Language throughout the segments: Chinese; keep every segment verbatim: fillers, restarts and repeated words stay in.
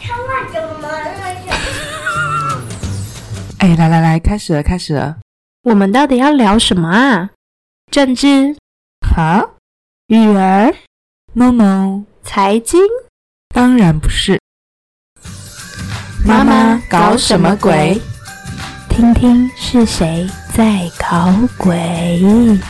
哎，来来来，开始了，开始了。 我们到底要聊什么啊？政治？ 哈？ 育儿？ No no， 财经？ 当然不是。 妈妈搞什么鬼？听听是谁在搞鬼。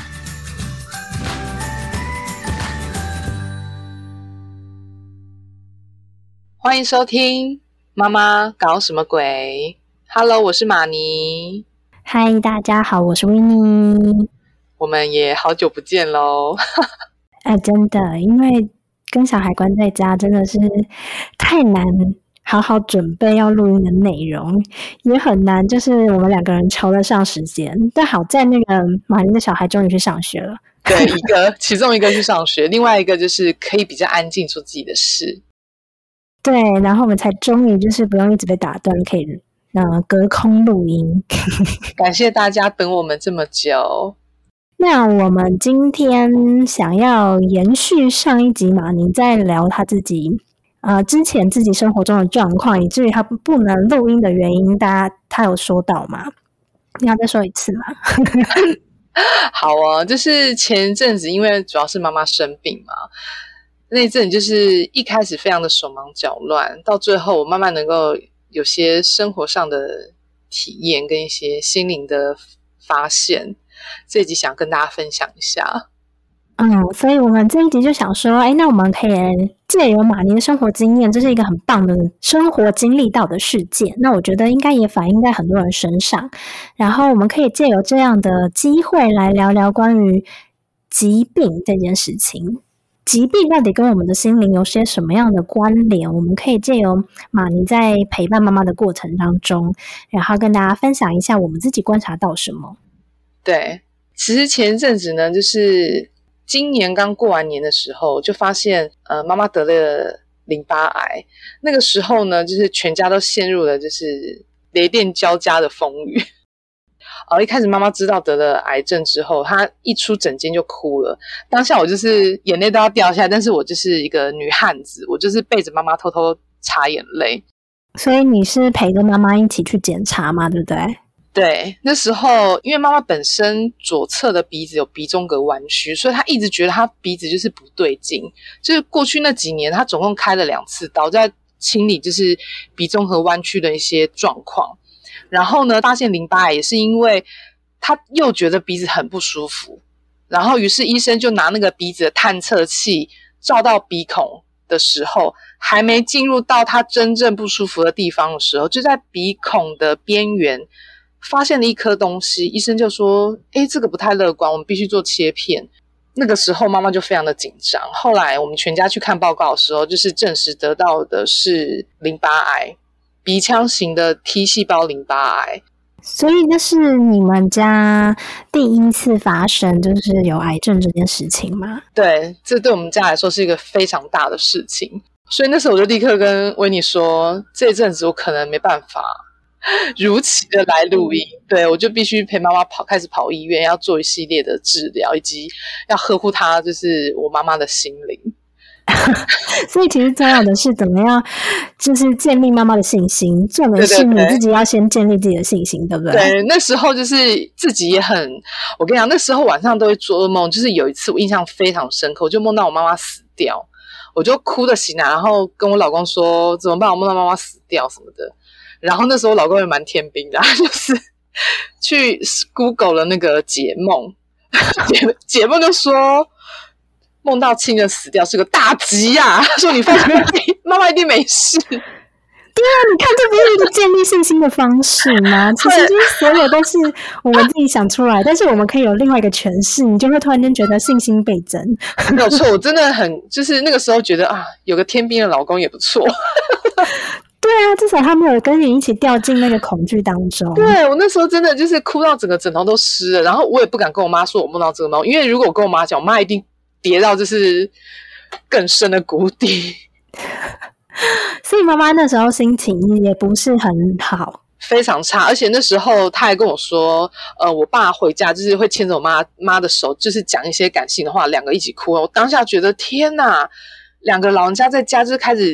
欢迎收听妈妈搞什么鬼。 Hello， 我是马尼。 嗨，大家好，我是维尼。 我们也好久不见咯。 哎，真的，因为跟小孩关在家真的是太难好好准备要录音的内容，也很难就是我们两个人抽得上时间。但好在那个马尼的小孩终于去上学了。 对，一个其中一个去上学，另外一个就是可以比较安静做自己的事。 对，然后我们才终于就是不用一直被打断，可以呃隔空录音。 感谢大家等我们这么久。 那我们今天想要延续上一集马尼在聊他自己呃之前自己生活中的状况，以至于他不能录音的原因，大家他有说到吗？你要再说一次吗？ 好哦，就是前一阵子因为主要是妈妈生病嘛，那一阵就是一开始非常的手忙脚乱，到最后我慢慢能够有些生活上的体验跟一些心灵的发现，这一集想跟大家分享一下。 嗯，所以我们这一集就想说，哎，那我们可以借由马尼的生活经验，这是一个很棒的生活经历到的事件，那我觉得应该也反映在很多人身上，然后我们可以借由这样的机会来聊聊关于疾病这件事情。疾病到底跟我们的心灵有些什么样的关联？我们可以借由马尼在陪伴妈妈的过程当中，然后跟大家分享一下我们自己观察到什么。 对，其实前一阵子呢，就是今年刚过完年的时候，就发现呃妈妈得了淋巴癌。那个时候呢，就是全家都陷入了就是雷电交加的风雨。哦，一开始妈妈知道得了癌症之后，她一出诊间就哭了。当下我就是眼泪都要掉下来，但是我就是一个女汉子，我就是背着妈妈偷偷擦眼泪。 所以你是陪着妈妈一起去检查嘛，对不对？ 对，那时候因为妈妈本身左侧的鼻子有鼻中隔弯曲，所以她一直觉得她鼻子就是不对劲。就是过去那几年，她总共开了两次刀，在清理就是鼻中隔弯曲的一些状况。然后呢，发现淋巴癌也是因为她又觉得鼻子很不舒服，然后于是医生就拿那个鼻子的探测器照到鼻孔的时候，还没进入到她真正不舒服的地方的时候，就在鼻孔的边缘发现了一颗东西，医生就说诶，这个不太乐观，我们必须做切片。那个时候妈妈就非常的紧张，后来我们全家去看报告的时候，就是证实得到的是淋巴癌，鼻腔型的 T 细胞淋巴癌。 所以那是你们家第一次发生就是有癌症这件事情吗？ 对，这对我们家来说是一个非常大的事情。所以那时候我就立刻跟维尼说，这一阵子我可能没办法如期的来录音，对，我就必须陪妈妈跑，开始跑医院，要做一系列的治疗，以及要呵护她，就是我妈妈的心灵。 所以其实重要的是怎么样，就是建立妈妈的信心，重点是你自己要先建立自己的信心，对不对？ 对，那时候就是自己也很，我跟你讲，那时候晚上都会做噩梦，就是有一次我印象非常深刻，我就梦到我妈妈死掉，我就哭着醒来，然后跟我老公说怎么办，我梦到妈妈死掉什么的。然后那时候我老公也蛮天兵的，他就是去 Google 了那个解梦，解解梦就说梦到亲人死掉是个大吉啊，他说你放心，妈妈一定没事。 对啊，你看这不是一个建立信心的方式吗？其实就是所有都是我们自己想出来，但是我们可以有另外一个诠释，你就会突然间觉得信心倍增。 没有错，我真的很就是那个时候觉得啊，有个天兵的老公也不错。 对啊，至少他没有跟你一起掉进那个恐惧当中。 对，我那时候真的就是哭到整个枕头都湿了，然后我也不敢跟我妈说我梦到这个梦，因为如果我跟我妈讲，我妈一定跌到就是更深的谷底。 所以妈妈那时候心情也不是很好， 非常差，而且那时候她还跟我说，呃，我爸回家就是会牵着我妈妈的手，就是讲一些感性的话，两个一起哭。我当下觉得天哪，两个老人家在家就是开始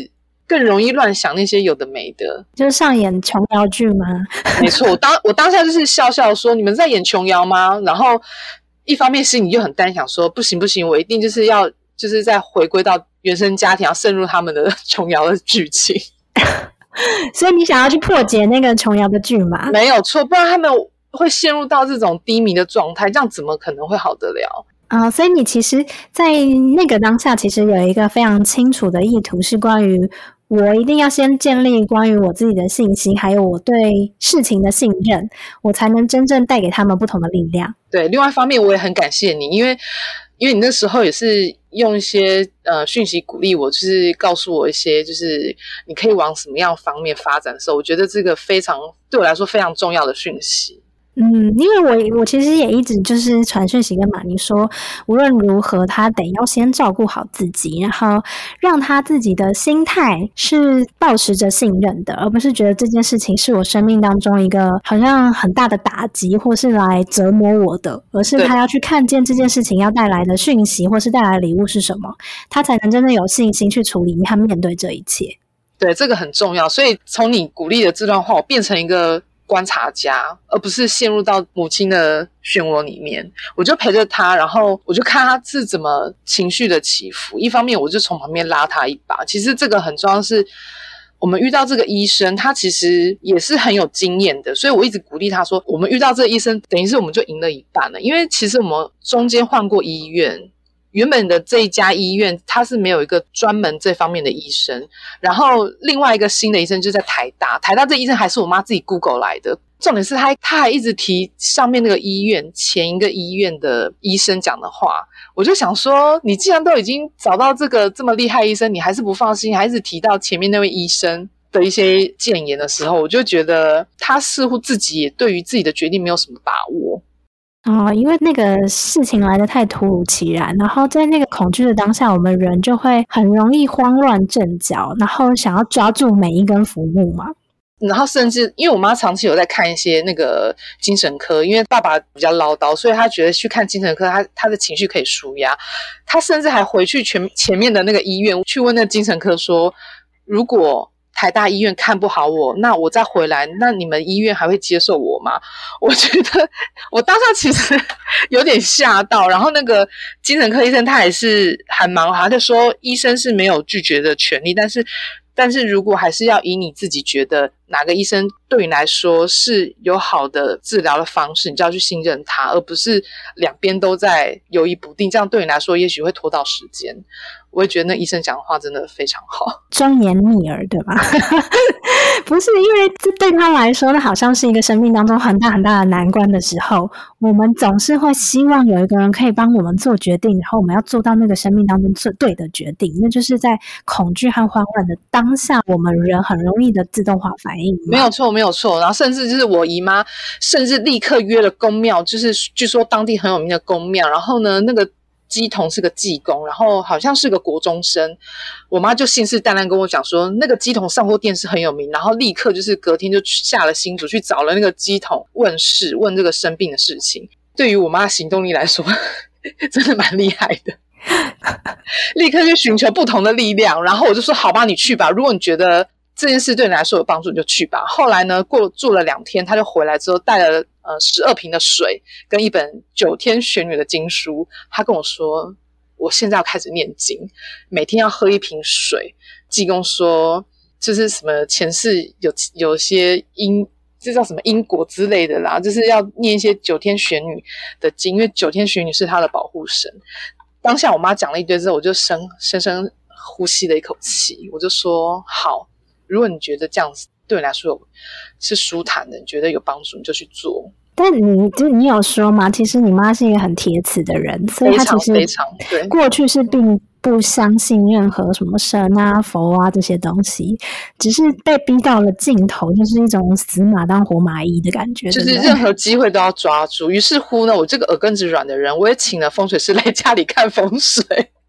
更容易乱想那些有的没的， 就是上演琼瑶剧吗？ 没错，我当我当下就是笑笑说你们在演琼瑶吗？然后一方面心里就很担想说不行不行，我一定就是要就是再回归到原生家庭，要渗入他们的琼瑶的剧情。 所以你想要去破解那个琼瑶的剧嘛？ 没有错，不然他们会陷入到这种低迷的状态，这样怎么可能会好得了？ 啊、呃，所以你其实在那个当下其实有一个非常清楚的意图，是关于我一定要先建立关于我自己的信心，还有我对事情的信任，我才能真正带给他们不同的力量。 对，另外一方面我也很感谢你，因为因为你那时候也是用一些呃讯息鼓励我，就是告诉我一些就是你可以往什么样方面发展的时候，我觉得这个非常对我来说非常重要的讯息。 嗯，因为我我其实也一直就是传讯息跟马尼说，无论如何他得要先照顾好自己，然后让他自己的心态是抱持着信任的，而不是觉得这件事情是我生命当中一个好像很大的打击或是来折磨我的，而是他要去看见这件事情要带来的讯息或是带来的礼物是什么，他才能真的有信心去处理和面对这一切。 对，这个很重要，所以从你鼓励的这段话，我变成一个观察家，而不是陷入到母亲的漩涡里面。我就陪着他，然后我就看他是怎么情绪的起伏，一方面我就从旁边拉他一把。其实这个很重要，是我们遇到这个医生，他其实也是很有经验的，所以我一直鼓励他说，我们遇到这个医生等于是我们就赢了一半了。因为其实我们中间换过医院，原本的这一家医院它是没有一个专门这方面的医生，然后另外一个新的医生就在台大，台大这医生还是我妈自己 Google 来的。重点是他他还一直提上面那个医院前一个医院的医生讲的话，我就想说你既然都已经找到这个这么厉害医生，你还是不放心，还是提到前面那位医生的一些谏言的时候，我就觉得他似乎自己也对于自己的决定没有什么把握。 哦，因为那个事情来得太突如其然，然后在那个恐惧的当下，我们人就会很容易慌乱阵脚，然后想要抓住每一根浮木嘛。 然后甚至因为我妈长期有在看一些那个精神科，因为爸爸比较唠叨，所以她觉得去看精神科，她她的情绪可以抒压。她甚至还回去全前面的那个医院去问那个精神科说，如果台大医院看不好我，那我再回来，那你们医院还会接受我吗？我觉得我当下其实有点吓到，然后那个精神科医生他也是还蛮好，他就说医生是没有拒绝的权利，但是但是如果还是要以你自己觉得哪个医生对你来说是有好的治疗的方式，你就要去信任他，而不是两边都在犹豫不定，这样对你来说也许会拖到时间。我也觉得那医生讲的话真的非常好， 忠言逆耳，对吧？不是，因为这对他来说，那好像是一个生命当中很大很大的难关的时候，我们总是会希望有一个人可以帮我们做决定，然后我们要做到那个生命当中最对的决定，那就是在恐惧和慌乱的当下，我们人很容易的自动化反应。 没有错，没有错。然后甚至就是我姨妈，甚至立刻约了公庙，就是据说当地很有名的公庙，然后呢，那个乩童是个济公，然后好像是个国中生，我妈就信誓旦旦跟我讲说那个乩童上过电视很有名，然后立刻就是隔天就下了新竹去找了那个乩童问事，问这个生病的事情。对于我妈的行动力来说真的蛮厉害的，立刻去寻求不同的力量，然后我就说好吧，你去吧，如果你觉得这件事对你来说有帮助你就去吧。后来呢，过住了两天，他就回来之后带了呃十二瓶的水跟一本九天玄女的经书，他跟我说我现在要开始念经，每天要喝一瓶水。济公说就是什么前世有有些因这叫什么因果之类的啦，就是要念一些九天玄女的经，因为九天玄女是他的保护神。当下我妈讲了一堆之后，我就深深深呼吸了一口气，我就说好，如果你觉得这样子对你来说有是舒坦的，你觉得有帮助，你就去做。 但你就你有说嘛，其实你妈是一个很铁齿的人，所以她其实非常非常对， 过去是并不相信任何什么神啊佛啊这些东西，只是被逼到了尽头，就是一种死马当活马医的感觉， 就是任何机会都要抓住。于是乎呢，我这个耳根子软的人，我也请了风水师来家里看风水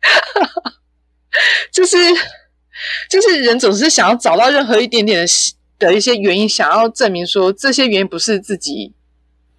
就是就是人总是想要找到任何一点点的的一些原因，想要证明说这些原因不是自己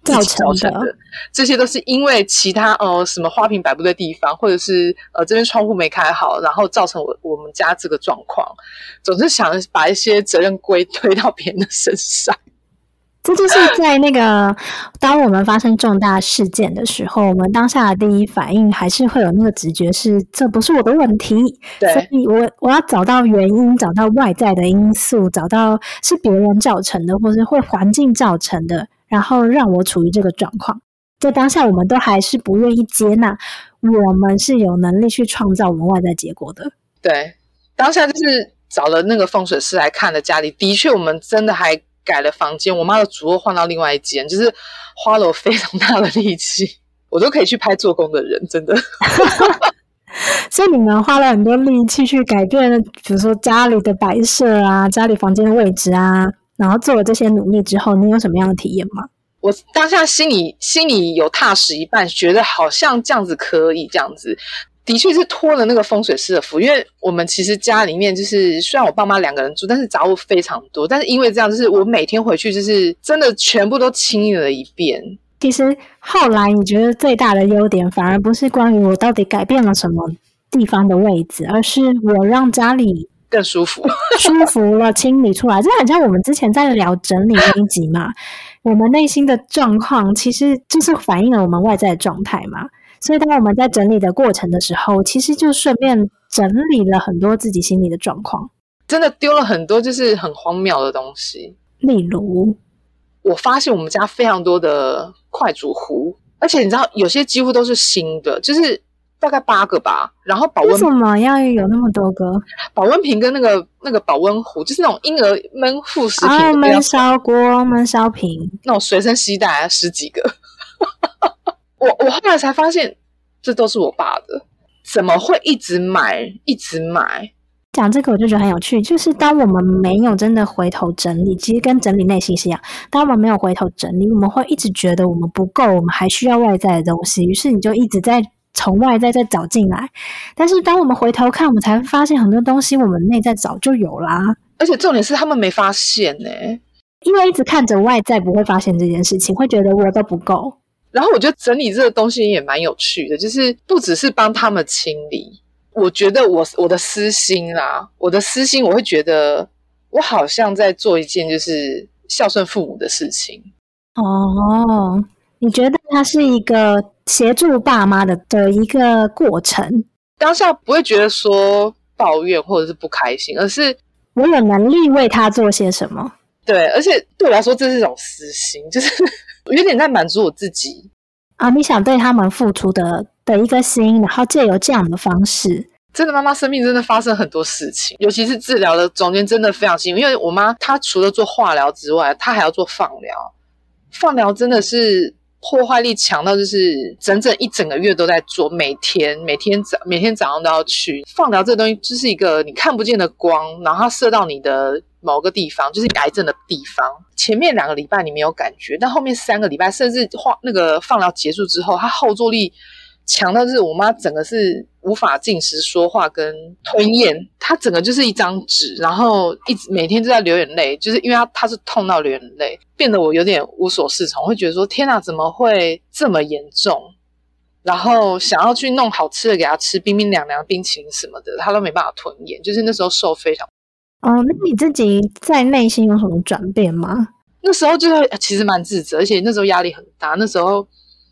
自己造成的，这些都是因为其他呃什么花瓶摆不对地方，或者是呃这边窗户没开好，然后造成我我们家这个状况。总是想把一些责任归推到别人的身上。 这就是在那个当我们发生重大事件的时候，我们当下的第一反应还是会有那个直觉是这不是我的问题， 对， 所以我我要找到原因，找到外在的因素，找到是别人造成的，或是会环境造成的，然后让我处于这个状况。在当下我们都还是不愿意接纳我们是有能力去创造我们外在结果的。 对，当下就是找了那个风水师来看了家里，的确我们真的还改了房间，我妈的主卧换到另外一间，就是花了我非常大的力气，我都可以去拍做工的人，真的。 所以你们花了很多力气去改变，比如说家里的摆设啊，家里房间的位置啊，然后做了这些努力之后，你有什么样的体验吗？ 我当下心里心里有踏实一半，觉得好像这样子可以这样子。的确是托了那个风水师的福，因为我们其实家里面就是虽然我爸妈两个人住，但是杂物非常多，但是因为这样，就是我每天回去就是真的全部都清理了一遍。 其实后来你觉得最大的优点反而不是关于我到底改变了什么地方的位置，而是我让家里更舒服舒服了，清理出来。这很像我们之前在聊整理那一集嘛，我们内心的状况其实就是反映了我们外在的状态嘛。所以当我们在整理的过程的时候，其实就顺便整理了很多自己心里的状况， 真的丢了很多就是很荒谬的东西。 例如我发现我们家非常多的快煮壶，而且你知道有些几乎都是新的，就是大概八个吧。然后保温为什么要有那么多个保温瓶跟那个那个保温壶，就是那种婴儿焖副食品的、 啊、焖烧锅、焖烧瓶， 那种随身携带十几个。我我后来才发现，这都是我爸的，怎么会一直买一直买？ 讲这个我就觉得很有趣，就是当我们没有真的回头整理，其实跟整理内心是一样，当我们没有回头整理，我们会一直觉得我们不够，我们还需要外在的东西，于是你就一直在从外在再找进来。但是当我们回头看，我们才会发现很多东西我们内在早就有啦， 而且重点是他们没发现呢、欸， 因为一直看着外在不会发现这件事情，会觉得我都不够。 然后我觉得整理这个东西也蛮有趣的，就是不只是帮他们清理，我觉得我我的私心啦，我的私心我会觉得我好像在做一件就是孝顺父母的事情。 哦，你觉得它是一个协助爸妈的的一个过程？ 当下不会觉得说抱怨或者是不开心，而是我有能力为他做些什么。 对，而且对我来说这是一种私心，就是有点在满足我自己啊，你想对他们付出的的一个心，然后借由这样的方式。 真的妈妈生命真的发生很多事情，尤其是治疗的中间真的非常辛苦，因为我妈她除了做化疗之外，她还要做放疗，放疗真的是破坏力强到就是整整一整个月都在做，每天每天早每天早上都要去。放疗这个东西就是一个你看不见的光，然后它射到你的某个地方，就是癌症的地方。前面两个礼拜你没有感觉，但后面三个礼拜甚至化那个放疗结束之后，它后坐力强到就是我妈整个是无法进食、说话跟吞咽，她整个就是一张纸，然后一直每天都在流眼泪，就是因为她她是痛到流眼泪，变得我有点无所适从，会觉得说天哪，怎么会这么严重？然后想要去弄好吃的给她吃，冰冰凉凉冰淇淋什么的，她都没办法吞咽，就是那时候受非常。 哦，那你自己在内心有什么转变吗？ 那时候就是其实蛮自责，而且那时候压力很大，那时候。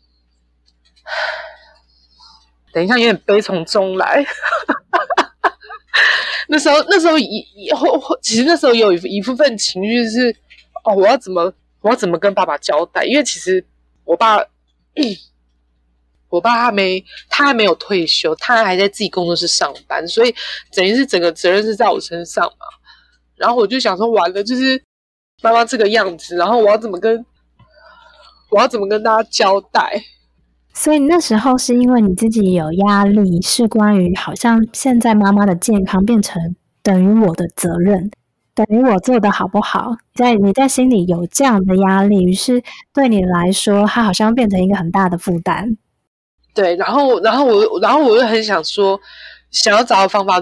等一下，有点悲从中来。那时候，那时候一其实那时候有一部分情绪是，哦，我要怎么，我要怎么跟爸爸交代？因为其实我爸，嗯、我爸还没，他还没有退休，他还在自己工作室上班，所以等于是整个责任是在我身上嘛。然后我就想说，完了，就是妈妈这个样子，然后我要怎么跟，我要怎么跟大家交代？ 所以那时候是因为你自己有压力，是关于好像现在妈妈的健康变成等于我的责任，等于我做的好不好，在你在心里有这样的压力，于是对你来说它好像变成一个很大的负担。 对，然后然后我然后我又很想说想要找到方法，就是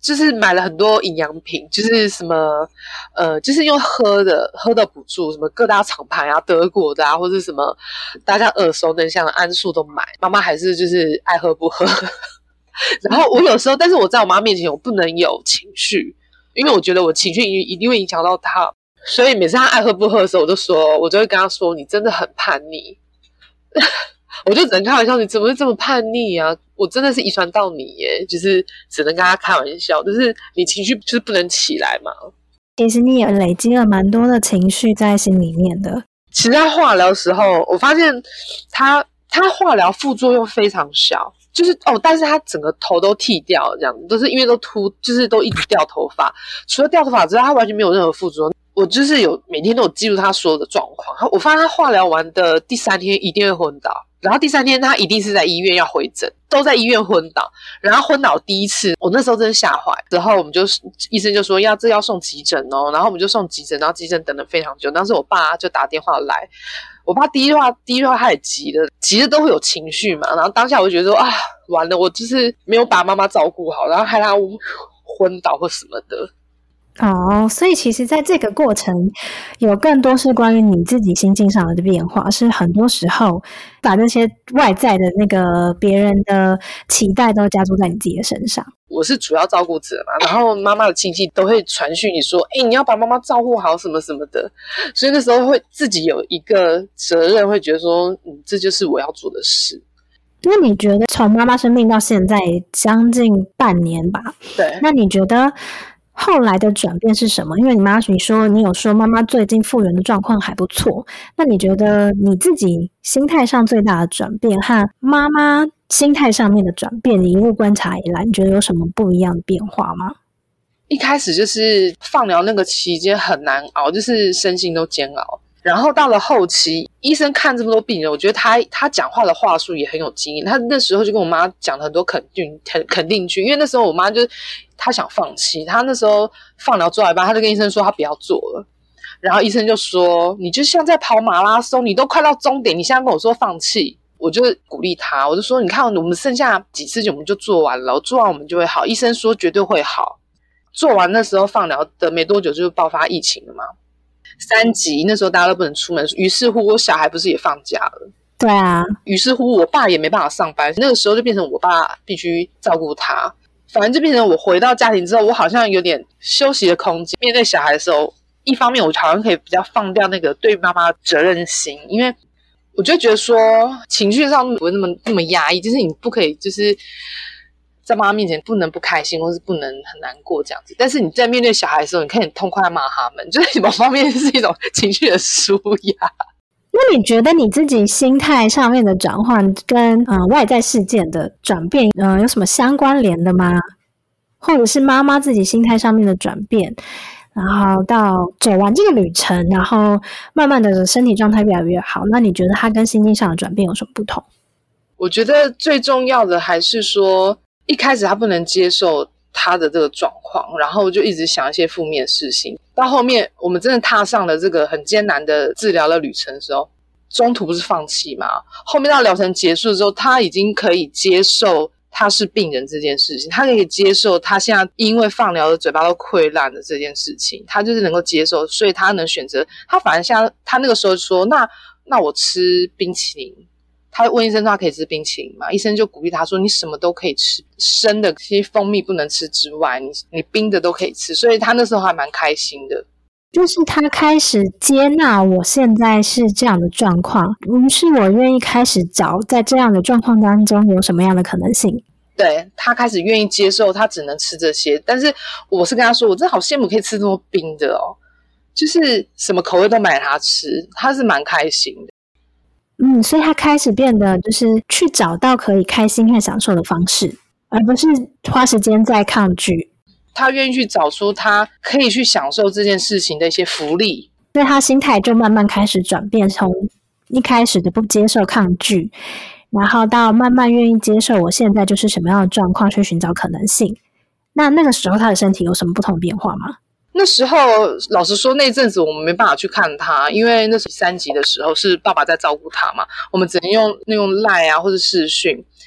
就是买了很多营养品，就是什么呃，就是用喝的喝的补助，什么各大厂牌啊，德国的啊，或者什么大家耳熟能详的安素都买。妈妈还是就是爱喝不喝。然后我有时候，但是我在我妈面前我不能有情绪，因为我觉得我情绪一定会影响到她，所以每次她爱喝不喝的时候，我就说，我就会跟她说，你真的很叛逆。我就只能开玩笑，你怎么会这么叛逆啊？我真的是遗传到你耶，就是只能跟他开玩笑，就是你情绪就是不能起来嘛。 其实你也累积了蛮多的情绪在心里面的。 其实他化疗的时候，我发现他他化疗副作用非常小，就是哦，但是他整个头都剃掉了，这样子都是因为都秃，就是都一直掉头发。除了掉头发之外，他完全没有任何副作用。我就是有每天都有记录他所有的状况。我发现他化疗完的第三天一定会昏倒，然后第三天他一定是在医院要回诊，都在医院昏倒。然后昏倒第一次，我那时候真的吓坏。之后我们就医生就说要这要送急诊哦，然后我们就送急诊，然后急诊等了非常久。当时我爸就打电话来，我爸第一句话第一句话他也急了，急了都会有情绪嘛。然后当下我就觉得说啊，完了，我就是没有把妈妈照顾好，然后害她昏倒或什么的。 哦，所以其实在这个过程有更多是关于你自己心境上的变化，是很多时候把这些外在的那个别人的期待都加注在你自己的身上。 我是主要照顾者嘛，然后妈妈的亲戚都会传讯你说，哎、欸，你要把妈妈照顾好什么什么的，所以那时候会自己有一个责任，会觉得说，嗯，这就是我要做的事。 那你觉得从妈妈生病到现在将近半年吧？ 对， 那你觉得后来的转变是什么？因为你妈你说你有说妈妈最近复原的状况还不错，那你觉得你自己心态上最大的转变和妈妈心态上面的转变，你一路观察以来，你觉得有什么不一样的变化吗？ 一开始就是放疗那个期间很难熬，就是身心都煎熬。然后到了后期，医生看这么多病人，我觉得他他讲话的话术也很有经验。他那时候就跟我妈讲了很多肯定肯肯定句，因为那时候我妈就她想放弃，她那时候放疗做到一半，她就跟医生说她不要做了。然后医生就说：“你就像在跑马拉松，你都快到终点，你现在跟我说放弃。”我就鼓励她，我就说：“你看，我们剩下几次我们就做完了，做完我们就会好。医生说绝对会好。”做完那时候放疗的没多久就爆发疫情了嘛。三级那时候大家都不能出门，于是乎我小孩不是也放假了？ 对啊， 于是乎我爸也没办法上班，那个时候就变成我爸必须照顾他。反正就变成我回到家庭之后，我好像有点休息的空间。面对小孩的时候，一方面我好像可以比较放掉那个对妈妈的责任心，因为我就觉得说情绪上不会那么那么压抑，就是你不可以就是在妈妈面前不能不开心，或是不能很难过这样子。但是你在面对小孩的时候，你可以很痛快地骂他们，就是某方面是一种情绪的抒压。 那你觉得你自己心态上面的转换跟呃外在事件的转变，呃有什么相关联的吗？或者是妈妈自己心态上面的转变，然后到走完这个旅程，然后慢慢的身体状态越来越好，那你觉得她跟心境上的转变有什么不同？ 我觉得最重要的还是说，一开始她不能接受她的这个状况，然后就一直想一些负面事情。到后面我们真的踏上了这个很艰难的治疗的旅程的时候，中途不是放弃吗？后面到疗程结束之后，她已经可以接受他是病人这件事情，他可以接受他现在因为放疗的嘴巴都溃烂的这件事情，他就是能够接受，所以他能选择。他反而像他那个时候说，那那我吃冰淇淋。他问医生说他可以吃冰淇淋吗？医生就鼓励他说，你什么都可以吃，生的其实蜂蜜不能吃之外，你你冰的都可以吃，所以他那时候还蛮开心的。 就是他开始接纳我现在是这样的状况，于是我愿意开始找在这样的状况当中有什么样的可能性。 对，他开始愿意接受他只能吃这些，但是我是跟他说，我真的好羡慕可以吃这么冰的哦，就是什么口味都买他吃，他是蛮开心的。 嗯，所以他开始变得就是去找到可以开心和享受的方式，而不是花时间在抗拒。 他愿意去找出他可以去享受这件事情的一些福利， 所以他心态就慢慢开始转变，从一开始的不接受抗拒，然后到慢慢愿意接受我现在就是什么样的状况，去寻找可能性。那那个时候他的身体有什么不同变化吗？ 那时候老实说那阵子我们没办法去看他，因为那是三级的时候是爸爸在照顾他嘛，我们只能用那用 LINE 啊或者视讯。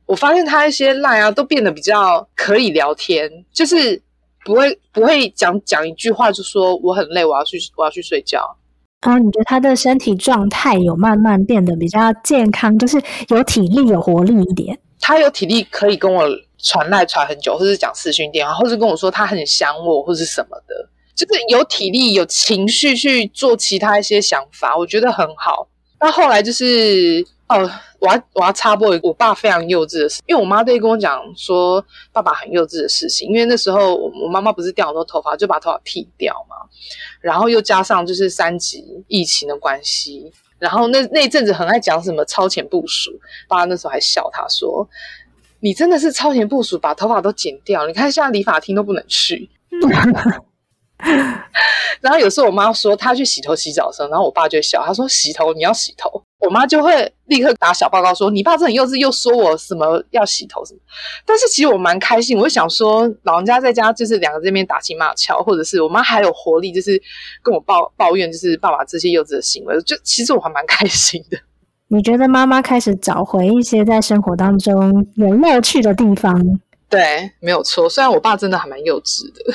我发现他一些赖啊都变得比较可以聊天，就是不会不会讲讲一句话就说我很累，我要去我要去睡觉。 哦，你觉得他的身体状态有慢慢变得比较健康，就是有体力有活力一点？ 他有体力可以跟我传赖传很久，或是讲视讯电话，或是跟我说他很想我或是什么的，就是有体力有情绪去做其他一些想法，我觉得很好。那后来就是哦，我要我要插播我爸非常幼稚的事，因为我妈都会跟我讲说爸爸很幼稚的事情，因为那时候我我妈妈不是掉很多头发，就把头发剃掉嘛，然后又加上就是三级疫情的关系，然后那那一阵子很爱讲什么超前部署，爸那时候还笑他说你真的是超前部署把头发都剪掉，你看现在理发厅都不能去然后有时候我妈说她去洗头洗澡的时候，然后我爸就会笑，他说洗头你要洗头，我妈就会立刻打小报告说你爸这很幼稚，又说我什么要洗头什么。但是其实我蛮开心，我就想说老人家在家就是两个这边打情骂俏，或者是我妈还有活力就是跟我抱抱怨就是爸爸这些幼稚的行为，就其实我还蛮开心的。 你觉得妈妈开始找回一些在生活当中有乐趣的地方？ 对，没有错，虽然我爸真的还蛮幼稚的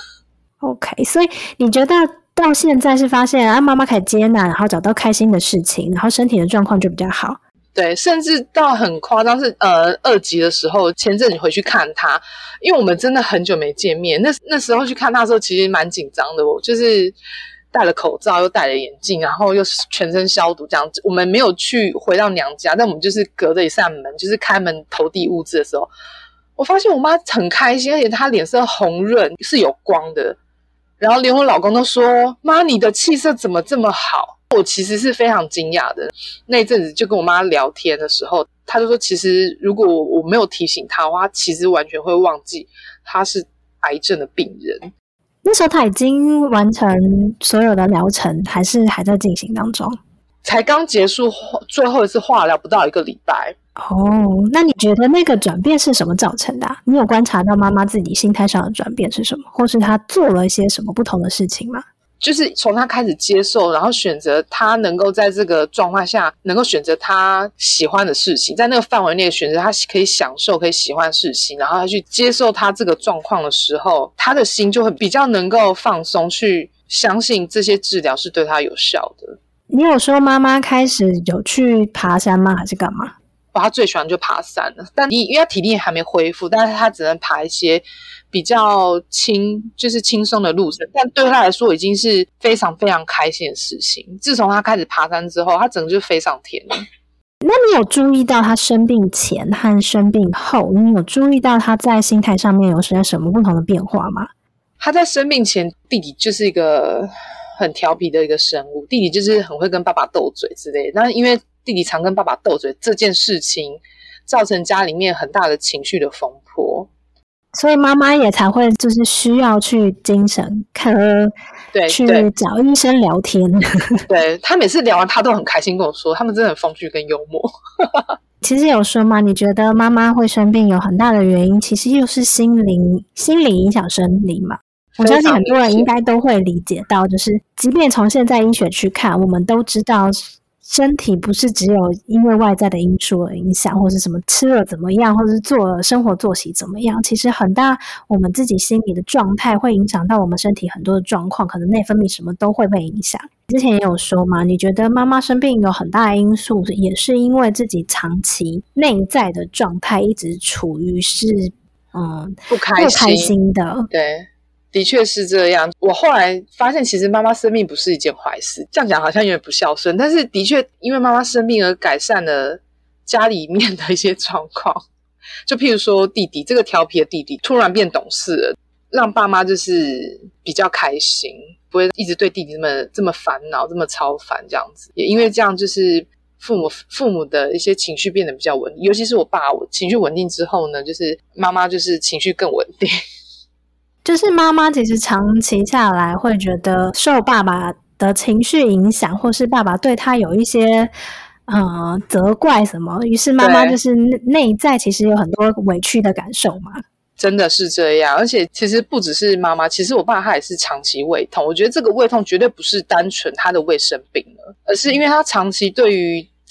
OK， 所以你觉得到现在是发现啊，妈妈可以接纳，然后找到开心的事情，然后身体的状况就比较好。 对，甚至到很夸张是呃二级的时候，前阵子回去看他，因为我们真的很久没见面，那那时候去看他的时候其实蛮紧张的，我就是戴了口罩又戴了眼镜，然后又全身消毒这样子。我们没有去回到娘家，但我们就是隔着一扇门，就是开门投递物资的时候，我发现我妈很开心，而且她脸色红润，是有光的。然后连我老公都说妈你的气色怎么这么好，我其实是非常惊讶的。那一阵子就跟我妈聊天的时候，她就说其实如果我没有提醒她的话，她其实完全会忘记她是癌症的病人。 那时候她已经完成所有的疗程，还是还在进行当中？ 才刚结束最后一次化疗不到一个礼拜。 哦，那你觉得那个转变是什么造成的啊？你有观察到妈妈自己心态上的转变是什么，或是她做了一些什么不同的事情吗？ 就是从她开始接受，然后选择她能够在这个状况下能够选择她喜欢的事情，在那个范围内选择她可以享受可以喜欢的事情，然后她去接受她这个状况的时候，她的心就会比较能够放松，去相信这些治疗是对她有效的。 你有说妈妈开始有去爬山吗？还是干嘛？ 他最喜欢就爬山了，但因为他体力还没恢复，但是他只能爬一些比较轻就是轻松的路程，但对他来说已经是非常非常开心的事情。自从他开始爬山之后，他整个就飞上天了。 那你有注意到他生病前和生病后，你有注意到他在心态上面有些什么不同的变化吗？ 他在生病前，弟弟就是一个很调皮的一个生物，弟弟就是很会跟爸爸斗嘴之类的，那因为弟弟常跟爸爸斗嘴这件事情造成家里面很大的情绪的风波， 所以妈妈也才会就是需要去精神科对去找医生聊天。 对，他每次聊完他都很开心跟我说他们真的很风趣跟幽默。 其实有说嘛，你觉得妈妈会生病有很大的原因其实又是心灵心理影响生理嘛。我相信很多人应该都会理解到，就是即便从现在医学去看，我们都知道身体不是只有因为外在的因素而影响，或是什么吃了怎么样，或是做了生活作息怎么样，其实很大我们自己心理的状态会影响到我们身体很多的状况，可能内分泌什么都会被影响。之前也有说嘛，你觉得妈妈生病有很大的因素也是因为自己长期内在的状态一直处于是嗯不开心不开心的。 对，的确是这样。我后来发现其实妈妈生病不是一件坏事，这样讲好像有点不孝顺，但是的确因为妈妈生病而改善了家里面的一些状况。就譬如说弟弟这个调皮的弟弟突然变懂事了，让爸妈就是比较开心，不会一直对弟弟这么这么烦恼这么超烦这样子。也因为这样就是父母父母的一些情绪变得比较稳定，尤其是我爸我情绪稳定之后呢，就是妈妈就是情绪更稳定。 就是妈妈其实长期下来会觉得受爸爸的情绪影响，或是爸爸对他有一些呃责怪什么，于是妈妈就是内在其实有很多委屈的感受嘛。 真的是这样，而且其实不只是妈妈，其实我爸他也是长期胃痛。我觉得这个胃痛绝对不是单纯他的胃生病了，而是因为他长期对于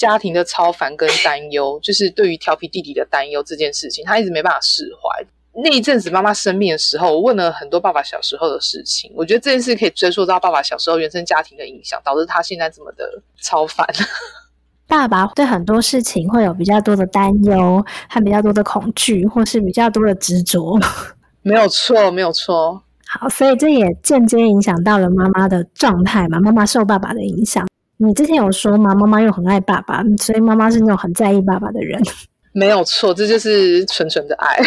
家庭的超烦跟担忧，就是对于调皮弟弟的担忧这件事情，他一直没办法释怀。那一阵子妈妈生病的时候，我问了很多爸爸小时候的事情，我觉得这件事可以追溯到爸爸小时候原生家庭的影响，导致他现在这么的超烦。 爸爸对很多事情会有比较多的担忧和比较多的恐惧，或是比较多的执着。 没有错，没有错。 好，所以这也间接影响到了妈妈的状态嘛，妈妈受爸爸的影响。你之前有说嘛，妈妈又很爱爸爸，所以妈妈是那种很在意爸爸的人。没有错，这就是纯纯的爱。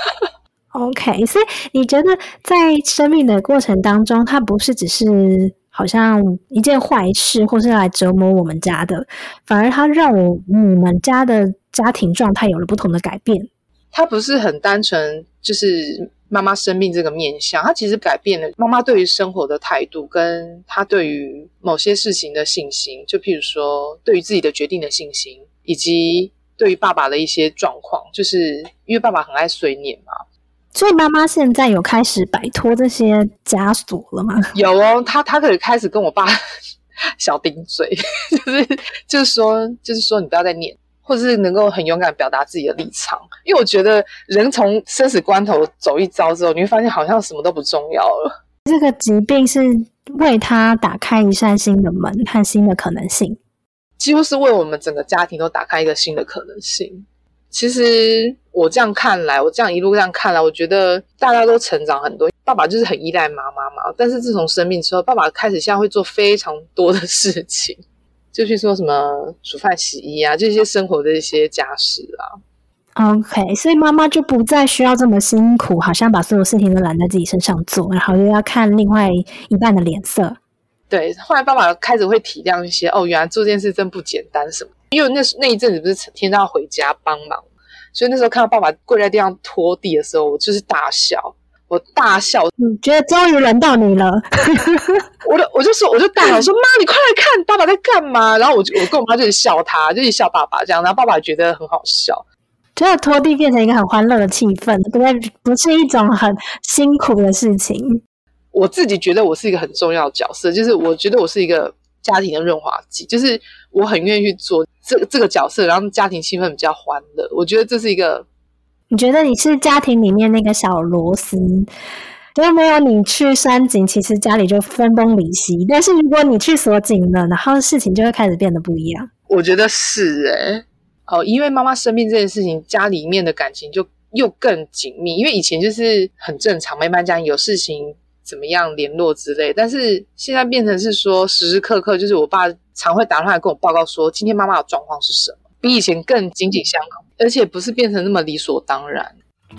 OK， 所以你觉得在生命的过程当中，它不是只是好像一件坏事，或是来折磨我们家的，反而它让我你们家的家庭状态有了不同的改变。 它不是很单纯就是妈妈生病这个面向，它其实改变了妈妈对于生活的态度，跟她对于某些事情的信心，就譬如说对于自己的决定的信心，以及对于爸爸的一些状况，就是因为爸爸很爱碎念嘛。 所以妈妈现在有开始摆脱这些枷锁了吗？ 有哦，她她可以开始跟我爸小顶嘴，就是就是说就是说你不要再念，或者是能够很勇敢表达自己的立场。因为我觉得人从生死关头走一遭之后，你会发现好像什么都不重要了。 这个疾病是为他打开一扇新的门和新的可能性， 几乎是为我们整个家庭都打开一个新的可能性。其实我这样看来，我这样一路这样看来，我觉得大家都成长很多。爸爸就是很依赖妈妈嘛，但是自从生病之后，爸爸开始现在会做非常多的事情，就去说什么煮饭洗衣啊，这些生活的一些家事啊。 OK， 所以妈妈就不再需要这么辛苦，好像把所有事情都揽在自己身上做，然后又要看另外一半的脸色。 对，后来爸爸开始会体谅一些，哦，原来做这件事真不简单什么。因为那那一阵子不是天天要回家帮忙，所以那时候看到爸爸跪在地上拖地的时候，我就是大笑，我大笑， 你觉得终于轮到你了。 我就我就说，我就大喊说：“妈，你快来看，爸爸在干嘛？”然后我就我跟我妈就是笑他，就是笑爸爸这样，然后爸爸觉得很好笑。 觉得拖地变成一个很欢乐的气氛，对不对？不是一种很辛苦的事情。 我自己觉得我是一个很重要的角色，就是我觉得我是一个家庭的润滑剂，就是我很愿意去做这这个角色，然后家庭气氛比较欢乐。我觉得这是一个， 你觉得你是家庭里面那个小螺丝，就没有你去山景，其实家里就分崩离析。但是如果你去锁紧了，然后事情就会开始变得不一样。 我觉得是诶、欸、哦，因为妈妈生病这件事情，家里面的感情就又更紧密。因为以前就是很正常，一般家庭有事情怎么样联络之类，但是现在变成是说时时刻刻，就是我爸常会打电话来跟我报告说今天妈妈的状况是什么，比以前更紧紧相扣，而且不是变成那么理所当然。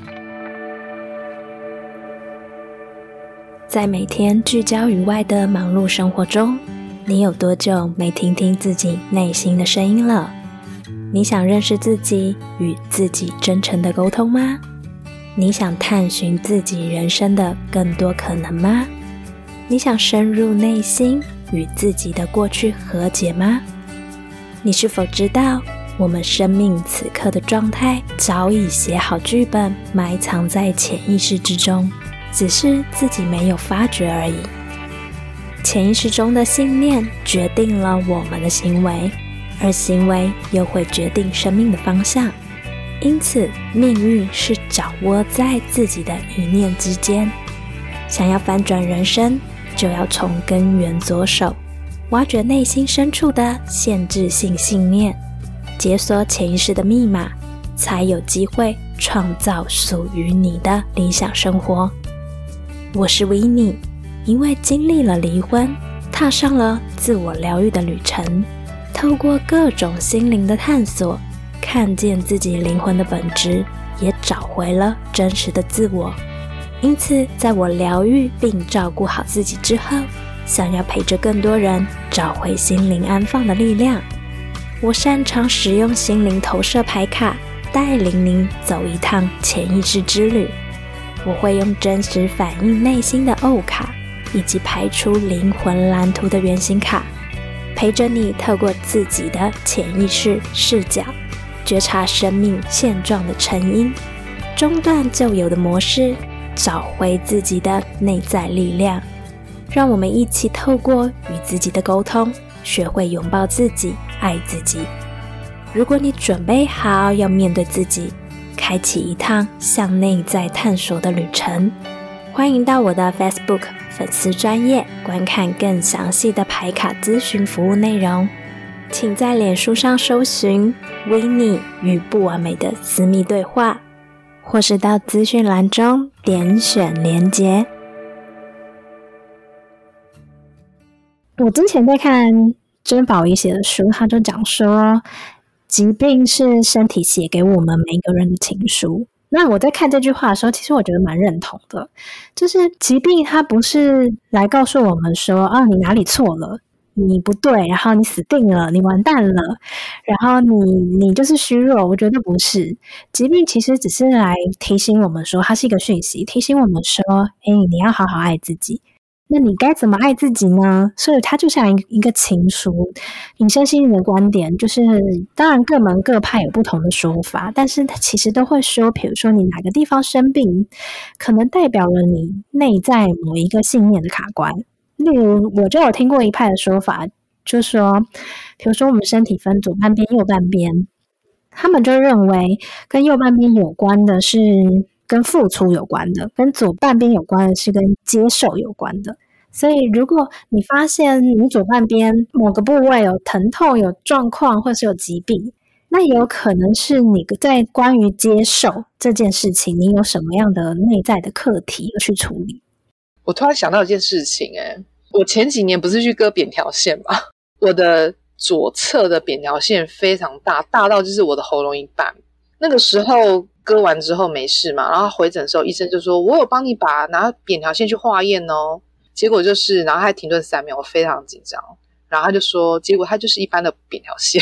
在每天聚焦于外的忙碌生活中，你有多久没听听自己内心的声音了？你想认识自己，与自己真诚的沟通吗？你想探寻自己人生的更多可能吗？你想深入内心，与自己的过去和解吗？你是否知道，我们生命此刻的状态早已写好剧本，埋藏在潜意识之中，只是自己没有发觉而已。潜意识中的信念决定了我们的行为，而行为又会决定生命的方向。因此，命运是掌握在自己的一念之间。想要翻转人生，就要从根源着手，挖掘内心深处的限制性信念，解锁潜意识的密码，才有机会创造属于你的理想生活。我是维尼，因为经历了离婚，踏上了自我疗愈的旅程，透过各种心灵的探索，看见自己灵魂的本质，也找回了真实的自我。因此，在我疗愈并照顾好自己之后，想要陪着更多人找回心灵安放的力量。我擅长使用心灵投射牌卡，带领您走一趟潜意识之旅。我会用真实反映内心的欧卡，以及排出灵魂蓝图的原型卡，陪着你透过自己的潜意识视角，觉察生命现状的成因，中断旧有的模式，找回自己的内在力量。让我们一起透过与自己的沟通，学会拥抱自己，爱自己， 如果你准备好要面对自己，开启一趟向内在探索的旅程，欢迎到我的 Facebook 粉丝专页观看更详细的牌卡咨询服务内容。请在脸书上搜寻维尼与不完美的私密对话，或是到资讯栏中点选连结。我之前在看珍宝仪写的书，他就讲说疾病是身体写给我们每一个人的情书。那我在看这句话的时候，其实我觉得蛮认同的，就是疾病它不是来告诉我们说啊你哪里错了，你不对，然后你死定了，你完蛋了，然后你你就是虚弱。我觉得不是，疾病其实只是来提醒我们说，它是一个讯息，提醒我们说，诶，你要好好爱自己。那你该怎么爱自己呢？所以它就像一个情书。引申心灵的观点就是，当然各门各派有不同的说法，但是它其实都会说，比如说你哪个地方生病，可能代表了你内在某一个信念的卡关。例如我就有听过一派的说法，就说比如说我们身体分左半边右半边，他们就认为跟右半边有关的是跟付出有关的，跟左半边有关的是跟接受有关的。所以如果你发现你左半边某个部位有疼痛有状况或是有疾病，那有可能是你在关于接受这件事情，你有什么样的内在的课题要去处理。 我突然想到一件事情、欸、我前几年不是去割扁条线吗？我的左侧的扁条线非常大，大到就是我的喉咙一半。那个时候割完之后没事嘛，然后回诊的时候医生就说我有帮你把拿扁条线去化验哦。结果就是然后还停顿三秒，我非常紧张，然后他就说结果它就是一般的扁条线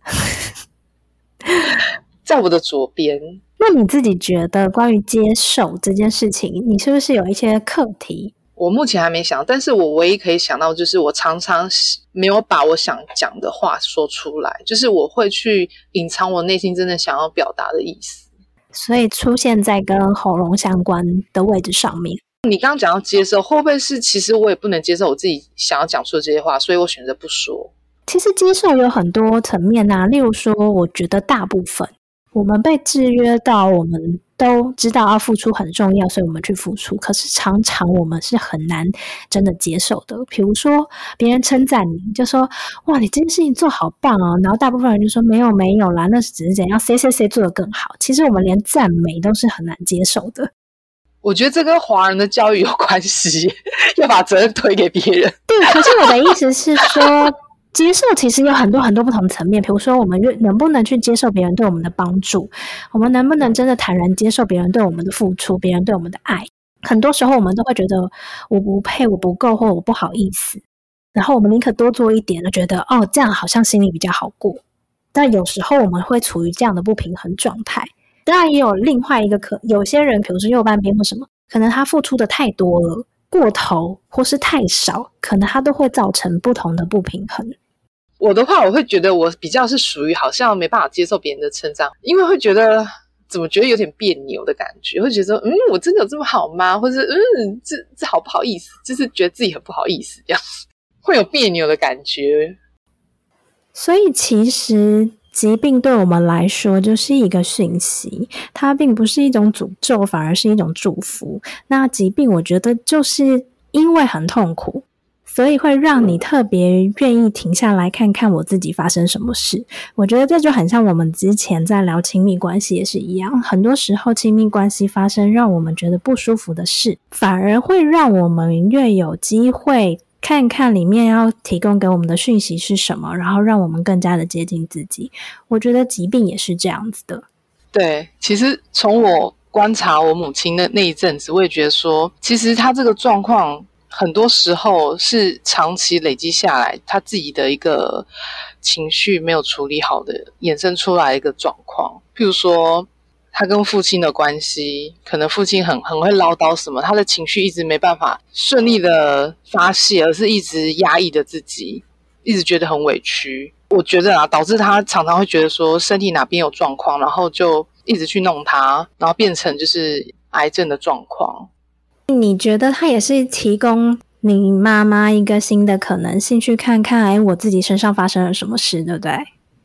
在我的左边。 那你自己觉得关于接受这件事情，你是不是有一些课题？ 我目前还没想，但是我唯一可以想到就是我常常没有把我想讲的话说出来，就是我会去隐藏我内心真的想要表达的意思， 所以出现在跟喉咙相关的位置上面。 你刚刚讲到接受，会不会是其实我也不能接受我自己想要讲出的这些话，所以我选择不说？ 其实接受有很多层面啊，例如说我觉得大部分我们被制约到，我们都知道要付出很重要，所以我们去付出，可是常常我们是很难真的接受的。比如说别人称赞你，就说哇你这件事情做好棒哦，然后大部分人就说没有没有啦，那只是怎样谁谁谁做得更好。其实我们连赞美都是很难接受的。 我觉得这跟华人的教育有关系，要把责任推给别人。 对，可是我的意思是说接受其实有很多很多不同层面，比如说我们能不能去接受别人对我们的帮助，我们能不能真的坦然接受别人对我们的付出，别人对我们的爱。很多时候我们都会觉得我不配，我不够，或我不好意思，然后我们宁可多做一点，就觉得哦这样好像心里比较好过。但有时候我们会处于这样的不平衡状态。当然也有另外一个可，有些人比如说右半边或什么，可能他付出的太多了，过头或是太少，可能他都会造成不同的不平衡。 我的话我会觉得我比较是属于好像没办法接受别人的称赞，因为会觉得怎么觉得有点别扭的感觉，会觉得嗯我真的有这么好吗，或是嗯这这好不好意思，就是觉得自己很不好意思，这样会有别扭的感觉。 所以其实疾病对我们来说就是一个讯息，它并不是一种诅咒，反而是一种祝福。那疾病我觉得就是因为很痛苦，所以会让你特别愿意停下来看看我自己发生什么事。我觉得这就很像我们之前在聊亲密关系也是一样，很多时候亲密关系发生让我们觉得不舒服的事，反而会让我们越有机会看看里面要提供给我们的讯息是什么，然后让我们更加的接近自己。我觉得疾病也是这样子的。 对，其实从我观察我母亲的那一阵子，我也觉得说其实她这个状况很多时候是长期累积下来她自己的一个情绪没有处理好的衍生出来一个状况。譬如说他跟父亲的关系，可能父亲很很会唠叨什么，他的情绪一直没办法顺利的发泄，而是一直压抑着自己，一直觉得很委屈。我觉得啊，导致他常常会觉得说身体哪边有状况，然后就一直去弄他，然后变成就是癌症的状况。 你觉得他也是提供你妈妈一个新的可能性，去看看哎，我自己身上发生了什么事，对不对？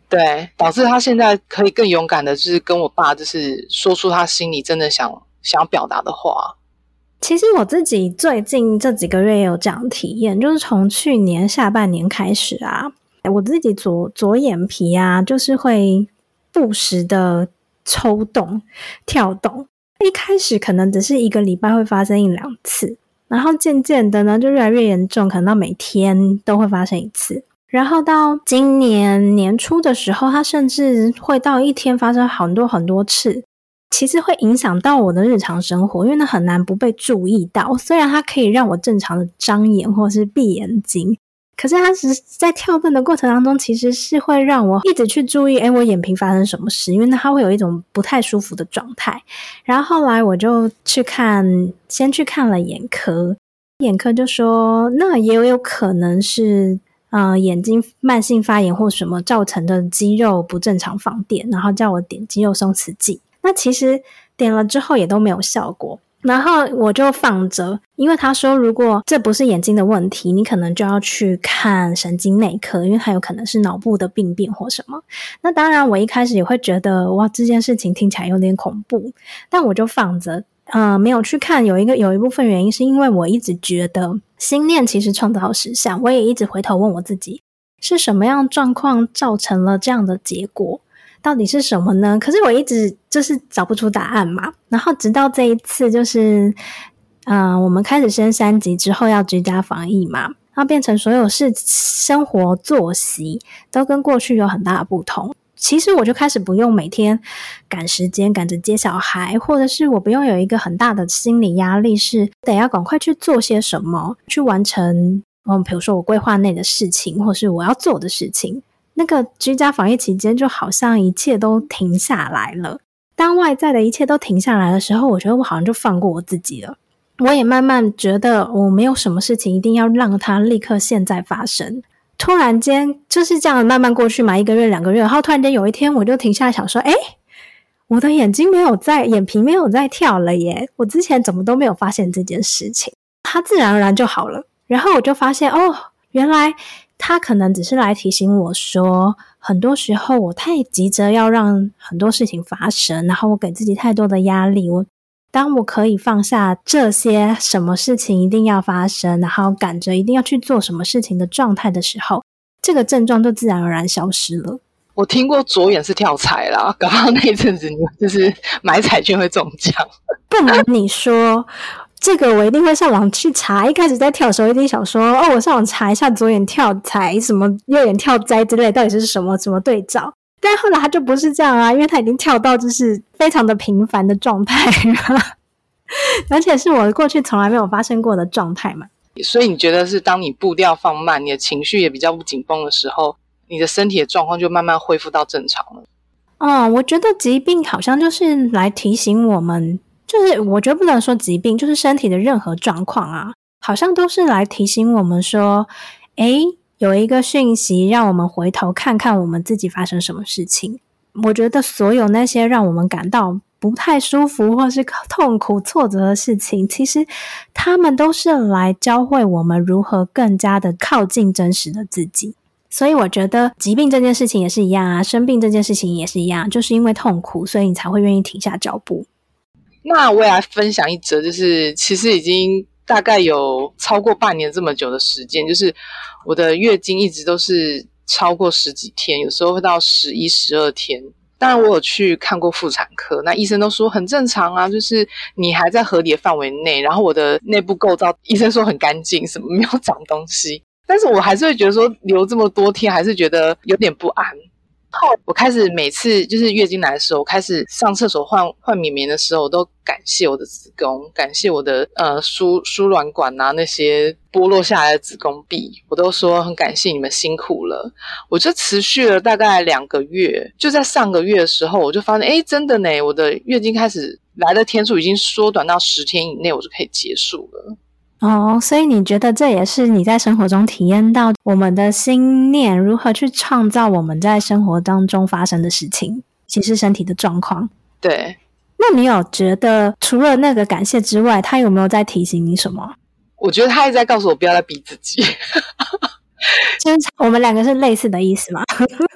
对，导致他现在可以更勇敢的，就是跟我爸，就是说出他心里真的想想要表达的话。 其实我自己最近这几个月也有这样的体验，就是从去年下半年开始啊，我自己左左眼皮啊，就是会不时的抽动、跳动。一开始可能只是一个礼拜会发生一两次，然后渐渐的呢，就越来越严重，可能到每天都会发生一次。然后到今年年初的时候，它甚至会到一天发生很多很多次，其实会影响到我的日常生活，因为那很难不被注意到。虽然它可以让我正常的张眼或是闭眼睛，可是它是在跳动的过程当中，其实是会让我一直去注意，诶，我眼皮发生什么事，因为它会有一种不太舒服的状态。然后后来我就去看，先去看了眼科，眼科就说那也有可能是呃，眼睛慢性发炎或什么造成的肌肉不正常放电，然后叫我点肌肉松弛剂。那其实点了之后也都没有效果，然后我就放着，因为他说如果这不是眼睛的问题，你可能就要去看神经内科，因为它有可能是脑部的病变或什么。那当然我一开始也会觉得哇，这件事情听起来有点恐怖，但我就放着呃，没有去看。有一个有一部分原因是因为我一直觉得心念其实创造实相，我也一直回头问我自己，是什么样状况造成了这样的结果，到底是什么呢？可是我一直就是找不出答案嘛。然后直到这一次，就是呃，我们开始升三级之后要居家防疫嘛，然后变成所有事生活作息都跟过去有很大的不同。其实我就开始不用每天赶时间赶着接小孩，或者是我不用有一个很大的心理压力，是得要赶快去做些什么，去完成嗯，比如说我规划内的事情，或是我要做的事情。那个居家防疫期间就好像一切都停下来了，当外在的一切都停下来的时候，我觉得我好像就放过我自己了。我也慢慢觉得我没有什么事情一定要让它立刻现在发生。突然间就是这样慢慢过去嘛，一个月两个月，然后突然间有一天我就停下来想说，诶，我的眼睛没有在，眼皮没有在跳了耶，我之前怎么都没有发现这件事情，它自然而然就好了。然后我就发现哦，原来它可能只是来提醒我说，很多时候我太急着要让很多事情发生，然后我给自己太多的压力，我当我可以放下这些什么事情一定要发生，然后赶着一定要去做什么事情的状态的时候，这个症状就自然而然消失了。 我听过左眼是跳彩啦，搞不好那一阵子你就是买彩券会中奖。 不瞒你说，这个我一定会上网去查。一开始在跳的时候，一定想说，哦，我上网查一下左眼跳彩，什么右眼跳灾之类，到底是什么什么对照。但后来他就不是这样啊，因为他已经跳到就是非常的频繁的状态而且是我过去从来没有发生过的状态嘛。 所以你觉得是当你步调放慢，你的情绪也比较不紧绷的时候，你的身体的状况就慢慢恢复到正常了？ 嗯，我觉得疾病好像就是来提醒我们，就是我觉得不能说疾病，就是身体的任何状况啊，好像都是来提醒我们说，诶，有一个讯息让我们回头看看我们自己发生什么事情。我觉得所有那些让我们感到不太舒服或是痛苦挫折的事情，其实他们都是来教会我们如何更加的靠近真实的自己。所以我觉得疾病这件事情也是一样啊，生病这件事情也是一样，就是因为痛苦，所以你才会愿意停下脚步。 那我也来分享一则，就是其实已经大概有超过半年这么久的时间，就是我的月经一直都是超过十几天，有时候会到十一、十二天。当然我有去看过妇产科，那医生都说很正常啊，就是你还在合理的范围内，然后我的内部构造医生说很干净，什么没有长东西，但是我还是会觉得说留这么多天还是觉得有点不安。后来我开始每次就是月经来的时候，我开始上厕所换换棉棉的时候，我都感谢我的子宫，感谢我的呃输输卵管啊，那些剥落下来的子宫壁，我都说很感谢你们辛苦了。我就持续了大概两个月，就在上个月的时候，我就发现，诶，真的呢，我的月经开始来的天数已经缩短到十天以内，我就可以结束了。 哦，所以你觉得这也是你在生活中体验到我们的心念如何去创造我们在生活当中发生的事情，其实身体的状况。 对。 那你有觉得除了那个感谢之外，他有没有在提醒你什么？ 我觉得他一直在告诉我不要再逼自己就是我们两个是类似的意思吗？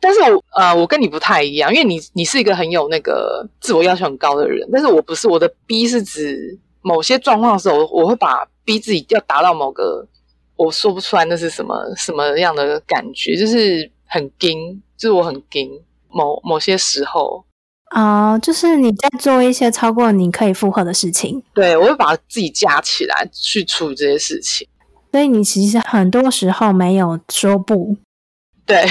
但是我呃，我跟你不太一样，因为你你是一个很有那个自我要求很高的人，但是我不是，我的逼是指某些状况的时候，我会把逼自己要达到某个我说不出来那是什么什么样的感觉，就是很硬，就是我很硬，某某些时候。 哦、呃，就是你在做一些超过你可以负荷的事情。 对，我会把自己架起来去处理这些事情。 所以你其实很多时候没有说不。 对。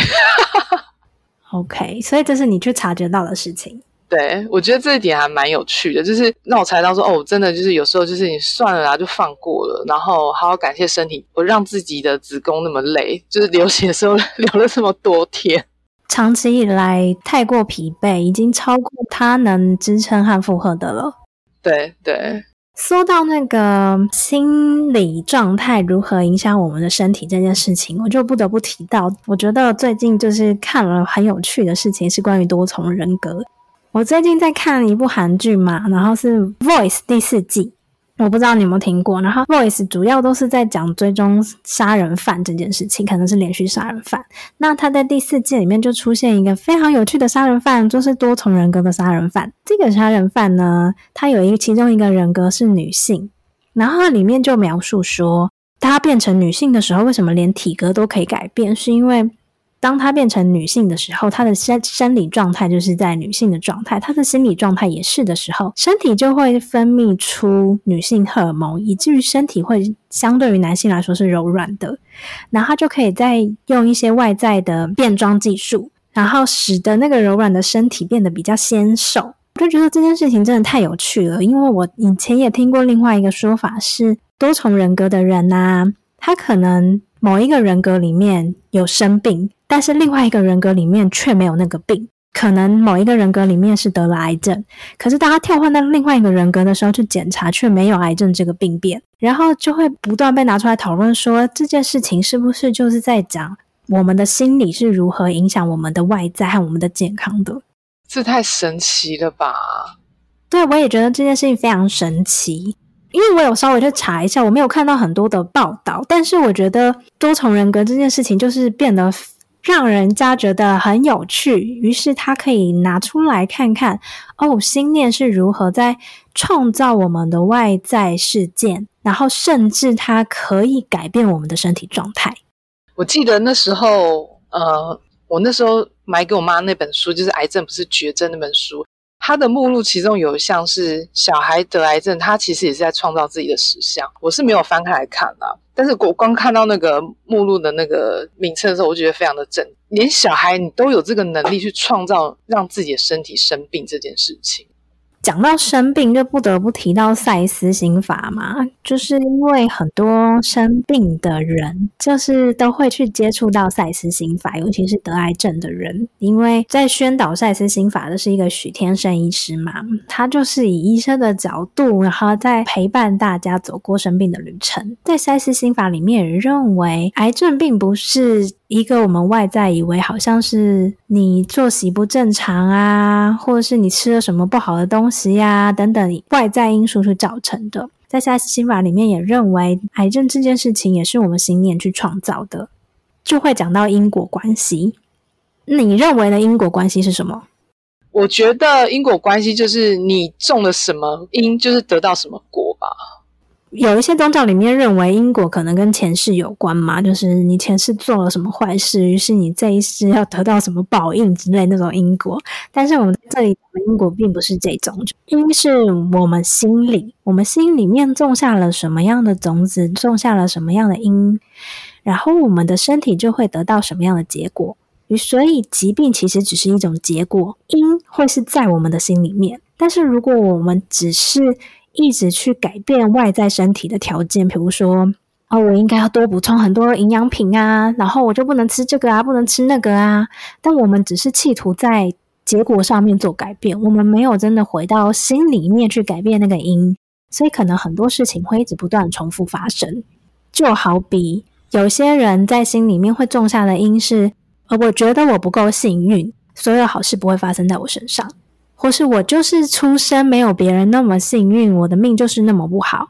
OK， 所以这是你去察觉到的事情。 对，我觉得这一点还蛮有趣的，就是让我猜到说，哦，真的就是有时候就是你算了啦，就放过了，然后好好感谢身体，我让自己的子宫那么累，就是流血的时候流了这么多天， 长期以来太过疲惫，已经超过它能支撑和负荷的了。 对对。 说到那个心理状态如何影响我们的身体这件事情，我就不得不提到，我觉得最近就是看了很有趣的事情，是关于多重人格。我最近在看一部韩剧嘛，然后是 Voice 第四季，我不知道你有没有听过。然后 Voice 主要都是在讲追踪杀人犯这件事情，可能是连续杀人犯。那他在第四季里面就出现一个非常有趣的杀人犯，就是多重人格的杀人犯。这个杀人犯呢，他有一个其中一个人格是女性，然后里面就描述说，他变成女性的时候，为什么连体格都可以改变，是因为当她变成女性的时候，她的生生理状态就是在女性的状态，她的心理状态也是的时候，身体就会分泌出女性荷尔蒙，以至于身体会相对于男性来说是柔软的，然后她就可以再用一些外在的变装技术，然后使得那个柔软的身体变得比较纤瘦。我就觉得这件事情真的太有趣了，因为我以前也听过另外一个说法是，多重人格的人啊，他可能某一个人格里面有生病，但是另外一个人格里面却没有那个病，可能某一个人格里面是得了癌症，可是当他跳换到另外一个人格的时候去检查，却没有癌症这个病变，然后就会不断被拿出来讨论说，这件事情是不是就是在讲我们的心理是如何影响我们的外在和我们的健康的。 这太神奇了吧。 对，我也觉得这件事情非常神奇，因为我有稍微去查一下，我没有看到很多的报道，但是我觉得多重人格这件事情就是变得让人家觉得很有趣，于是他可以拿出来看看，哦，心念是如何在创造我们的外在事件，然后甚至它可以改变我们的身体状态。 我记得那时候呃，我那时候买给我妈那本书，就是癌症不是绝症那本书，它的目录其中有一项是小孩得癌症，他其实也是在创造自己的实相。我是没有翻开来看啦，但是我光看到那个目录的那个名称的时候，我觉得非常的震，连小孩你都有这个能力去创造让自己的身体生病这件事情。 讲到生病，就不得不提到赛斯心法嘛，就是因为很多生病的人就是都会去接触到赛斯心法，尤其是得癌症的人，因为在宣导赛斯心法的是一个许天胜医师嘛，他就是以医生的角度，然后在陪伴大家走过生病的旅程。在赛斯心法里面也认为，癌症并不是一个我们外在以为好像是你作息不正常啊，或者是你吃了什么不好的东西啊等等外在因素去造成的。在赛斯心法里面也认为，癌症这件事情也是我们心念去创造的，就会讲到因果关系。你认为的因果关系是什么？ 我觉得因果关系就是你种了什么因，就是得到什么果吧。 有一些宗教里面认为因果可能跟前世有关嘛，就是你前世做了什么坏事，于是你这一世要得到什么报应之类那种因果。但是我们在这里讲的因果并不是这种，因是我们心里，我们心里面种下了什么样的种子，种下了什么样的因，然后我们的身体就会得到什么样的结果。所以疾病其实只是一种结果，因会是在我们的心里面。但是如果我们只是一直去改变外在身体的条件，比如说哦，我应该要多补充很多营养品啊，然后我就不能吃这个啊，不能吃那个啊，但我们只是企图在结果上面做改变，我们没有真的回到心里面去改变那个因，所以可能很多事情会一直不断重复发生。就好比有些人在心里面会种下的因是，呃，我觉得我不够幸运，所有好事不会发生在我身上，或是我就是出生没有别人那么幸运，我的命就是那么不好。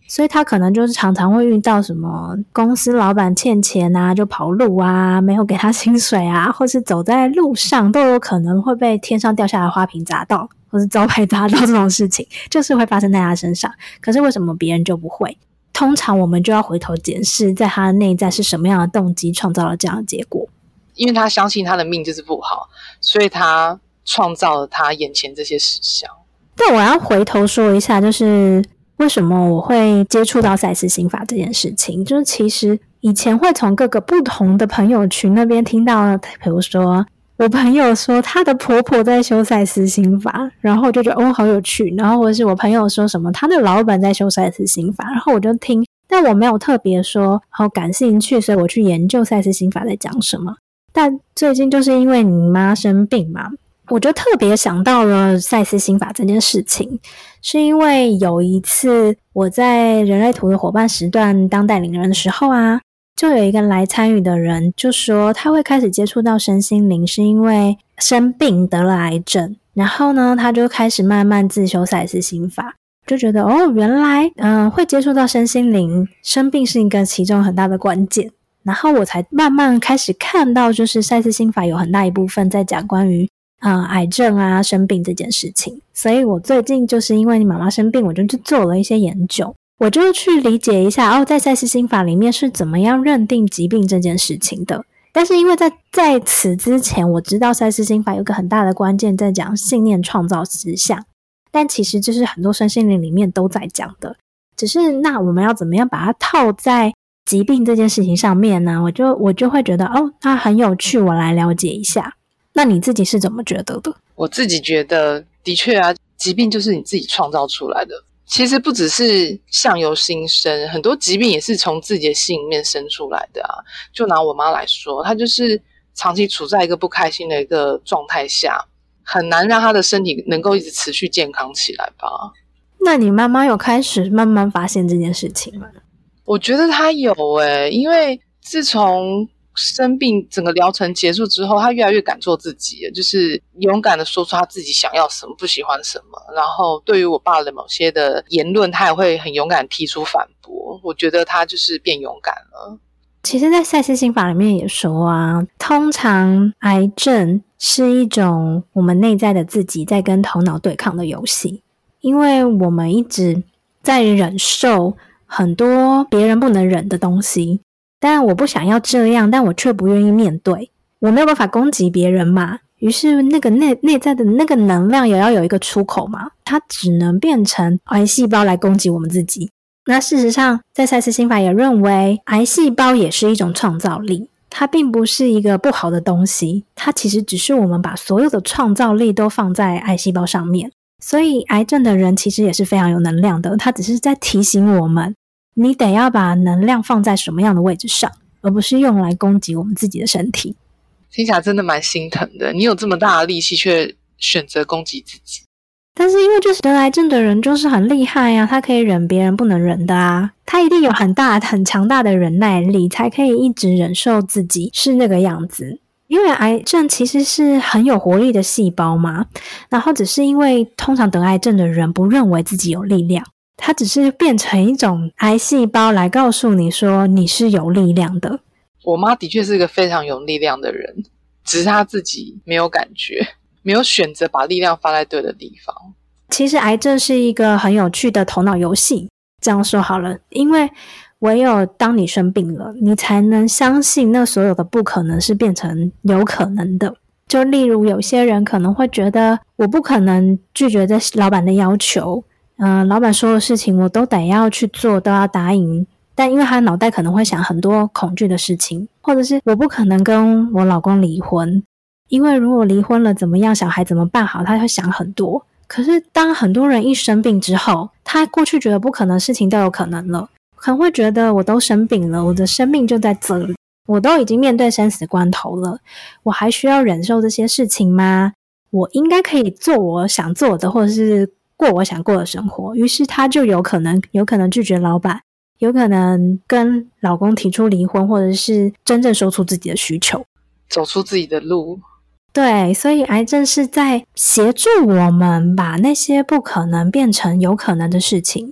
所以他可能就是常常会遇到什么公司老板欠钱啊，就跑路啊，没有给他薪水啊，或是走在路上都有可能会被天上掉下来花瓶砸到，或是招牌砸到，这种事情就是会发生在他身上。可是为什么别人就不会？通常我们就要回头检视在他的内在是什么样的动机创造了这样的结果。 因为他相信他的命就是不好，所以他创造了他眼前这些实相。 但我要回头说一下，就是为什么我会接触到赛斯心法这件事情，就是其实以前会从各个不同的朋友群那边听到，比如说我朋友说她的婆婆在修赛斯心法，然后我就觉得哦好有趣，然后或者是我朋友说什么他的老板在修赛斯心法，然后我就听，但我没有特别说好感兴趣，所以我去研究赛斯心法在讲什么。但最近就是因为你妈生病嘛，我就特别想到了赛斯心法这件事情，是因为有一次我在人类图的伙伴时段当带领人的时候啊，就有一个来参与的人就说他会开始接触到身心灵是因为生病得了癌症，然后呢他就开始慢慢自修赛斯心法，就觉得哦原来嗯、呃、会接触到身心灵，生病是一个其中很大的关键。然后我才慢慢开始看到，就是赛斯心法有很大一部分在讲关于呃癌症啊生病这件事情，所以我最近就是因为你妈妈生病，我就去做了一些研究，我就去理解一下哦，在赛斯心法里面是怎么样认定疾病这件事情的。但是因为在在此之前，我知道赛斯心法有一个很大的关键在讲信念创造实相，但其实这是很多身心灵里面都在讲的，只是那我们要怎么样把它套在疾病这件事情上面呢？我就我就会觉得哦，它很有趣，我来了解一下。那你自己是怎么觉得的？ 我自己觉得的确啊，疾病就是你自己创造出来的。其实不只是相由心生，很多疾病也是从自己的心里面生出来的啊。就拿我妈来说，她就是长期处在一个不开心的一个状态下，很难让她的身体能够一直持续健康起来吧。 那你妈妈有开始慢慢发现这件事情吗？ 我觉得她有诶、欸，因为自从生病整个疗程结束之后，他越来越敢做自己了，就是勇敢的说出他自己想要什么，不喜欢什么，然后对于我爸的某些的言论，他也会很勇敢提出反驳。我觉得他就是变勇敢了。 其实在赛斯心法里面也说啊，通常癌症是一种我们内在的自己在跟头脑对抗的游戏，因为我们一直在忍受很多别人不能忍的东西，但我不想要这样，但我却不愿意面对，我没有办法攻击别人嘛，于是那个内内在的那个能量也要有一个出口嘛，它只能变成癌细胞来攻击我们自己。那事实上在赛斯心法也认为癌细胞也是一种创造力，它并不是一个不好的东西，它其实只是我们把所有的创造力都放在癌细胞上面，所以癌症的人其实也是非常有能量的，它只是在提醒我们你得要把能量放在什么样的位置上，而不是用来攻击我们自己的身体。 听起来真的蛮心疼的，你有这么大的力气却选择攻击自己。 但是因为就是得癌症的人就是很厉害啊，他可以忍别人不能忍的啊，他一定有很大很强大的忍耐力，才可以一直忍受自己是那个样子。因为癌症其实是很有活力的细胞嘛，然后只是因为通常得癌症的人不认为自己有力量，它只是变成一种癌细胞来告诉你说你是有力量的。 我妈的确是一个非常有力量的人，只是她自己没有感觉，没有选择把力量放在对的地方。 其实癌症是一个很有趣的头脑游戏，这样说好了，因为唯有当你生病了，你才能相信那所有的不可能是变成有可能的。就例如有些人可能会觉得我不可能拒绝这老板的要求，嗯、呃，老板说的事情我都得要去做，都要答应，但因为他脑袋可能会想很多恐惧的事情，或者是我不可能跟我老公离婚，因为如果离婚了怎么样，小孩怎么办好，他会想很多。可是当很多人一生病之后，他过去觉得不可能的事情都有可能了，可能会觉得我都生病了，我的生命就在这里，我都已经面对生死关头了，我还需要忍受这些事情吗？我应该可以做我想做的，或者是过我想过的生活。于是他就有可能有可能拒绝老板，有可能跟老公提出离婚，或者是真正说出自己的需求， 走出自己的路。 对，所以癌症是在协助我们把那些不可能变成有可能的事情，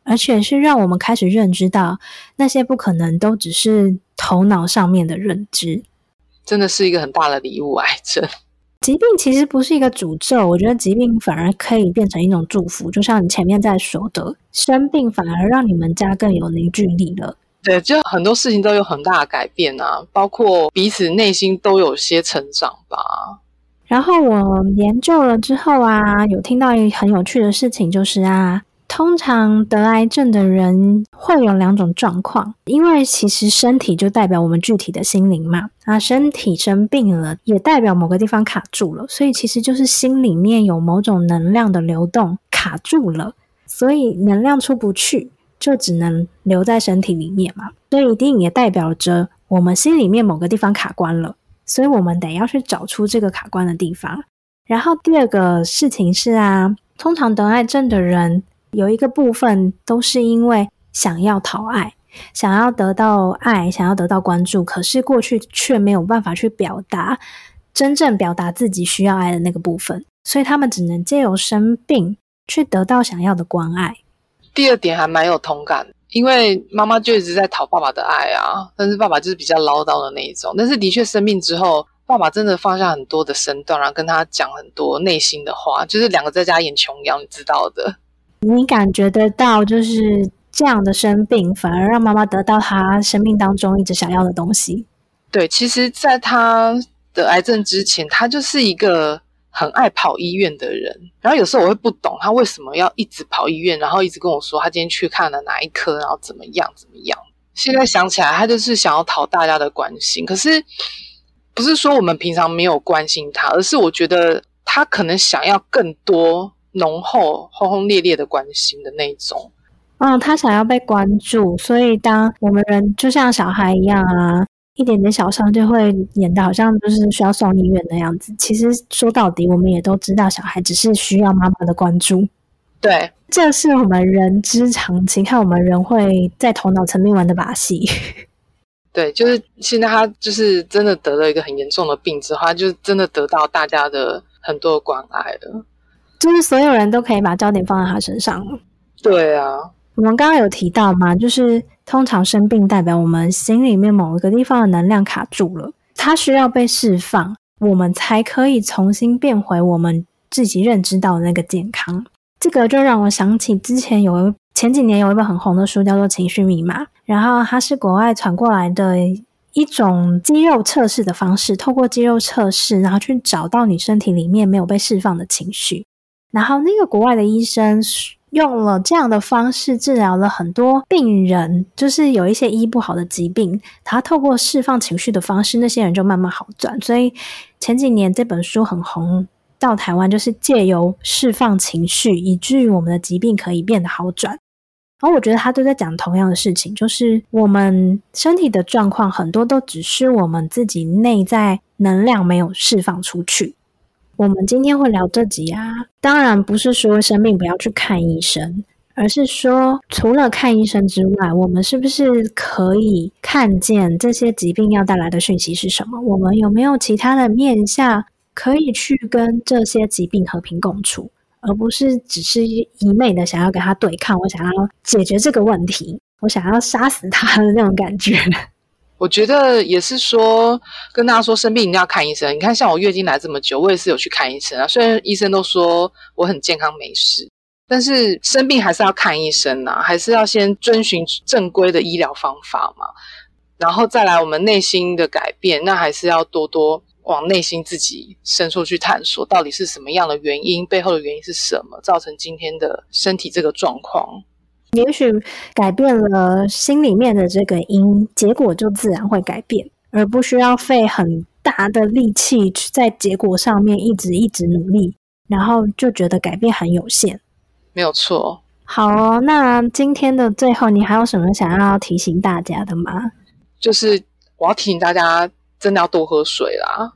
而且是让我们开始认知到那些不可能都只是头脑上面的认知。 真的是一个很大的礼物，癌症。 疾病其实不是一个诅咒，我觉得疾病反而可以变成一种祝福，就像你前面在说的，生病反而让你们家更有凝聚力了。 对，就很多事情都有很大的改变啊，包括彼此内心都有些成长吧。 然后我研究了之后啊，有听到一个很有趣的事情，就是啊，通常得癌症的人会有两种状况，因为其实身体就代表我们具体的心灵嘛，那身体生病了也代表某个地方卡住了，所以其实就是心里面有某种能量的流动卡住了，所以能量出不去，就只能留在身体里面嘛，所以一定也代表着我们心里面某个地方卡关了，所以我们得要去找出这个卡关的地方。然后第二个事情是啊，通常得癌症的人有一个部分都是因为想要讨爱，想要得到爱，想要得到关注，可是过去却没有办法去表达，真正表达自己需要爱的那个部分，所以他们只能借由生病去得到想要的关爱。 第二点还蛮有同感，因为妈妈就一直在讨爸爸的爱啊，但是爸爸就是比较唠叨的那一种，但是的确生病之后，爸爸真的放下很多的身段，然后跟他讲很多内心的话，就是两个在家演琼瑶，你知道的。 你感觉得到就是这样的生病反而让妈妈得到她生命当中一直想要的东西。 对，其实在他得癌症之前，他就是一个很爱跑医院的人，然后有时候我会不懂他为什么要一直跑医院，然后一直跟我说他今天去看了哪一科，然后怎么样怎么样。现在想起来他就是想要讨大家的关心，可是不是说我们平常没有关心他，而是我觉得他可能想要更多浓厚轰轰烈烈的关心的那一种。 嗯，他想要被关注，所以当我们人就像小孩一样啊，一点点小伤就会演得好像就是需要送医院的样子。其实说到底，我们也都知道小孩只是需要妈妈的关注。 对， 这是我们人之常情，看我们人会在头脑层面玩的把戏。 对，就是现在他就是真的得了一个很严重的病之后，他就真的得到大家的很多的关爱了， 就是所有人都可以把焦点放在他身上了。 对啊， 我们刚刚有提到嘛，就是通常生病代表我们心里面某一个地方的能量卡住了，它需要被释放，我们才可以重新变回我们自己认知到的那个健康。这个就让我想起之前有前几年有一本很红的书叫做《情绪密码》，然后它是国外传过来的一种肌肉测试的方式，透过肌肉测试，然后去找到你身体里面没有被释放的情绪。然后那个国外的医生用了这样的方式治疗了很多病人，就是有一些医不好的疾病，他透过释放情绪的方式，那些人就慢慢好转。所以前几年这本书很红，到台湾就是借由释放情绪，以至于我们的疾病可以变得好转。然后我觉得他都在讲同样的事情，就是我们身体的状况很多都只是我们自己内在能量没有释放出去。我们今天会聊这集啊，当然不是说生病不要去看医生，而是说除了看医生之外，我们是不是可以看见这些疾病要带来的讯息是什么？我们有没有其他的面向可以去跟这些疾病和平共处，而不是只是一昧的想要跟他对抗，我想要解决这个问题，我想要杀死他的那种感觉。 我觉得也是说跟大家说生病一定要看医生。你看像我月经来这么久，我也是有去看医生啊，虽然医生都说我很健康没事，但是生病还是要看医生啊，还是要先遵循正规的医疗方法嘛，然后再来我们内心的改变，那还是要多多往内心自己深处去探索，到底是什么样的原因，背后的原因是什么造成今天的身体这个状况。 也许改变了心里面的这个因，结果就自然会改变，而不需要费很大的力气在结果上面一直一直努力，然后就觉得改变很有限。 没有错。 好哦，那今天的最后你还有什么想要提醒大家的吗？ 就是我要提醒大家真的要多喝水啦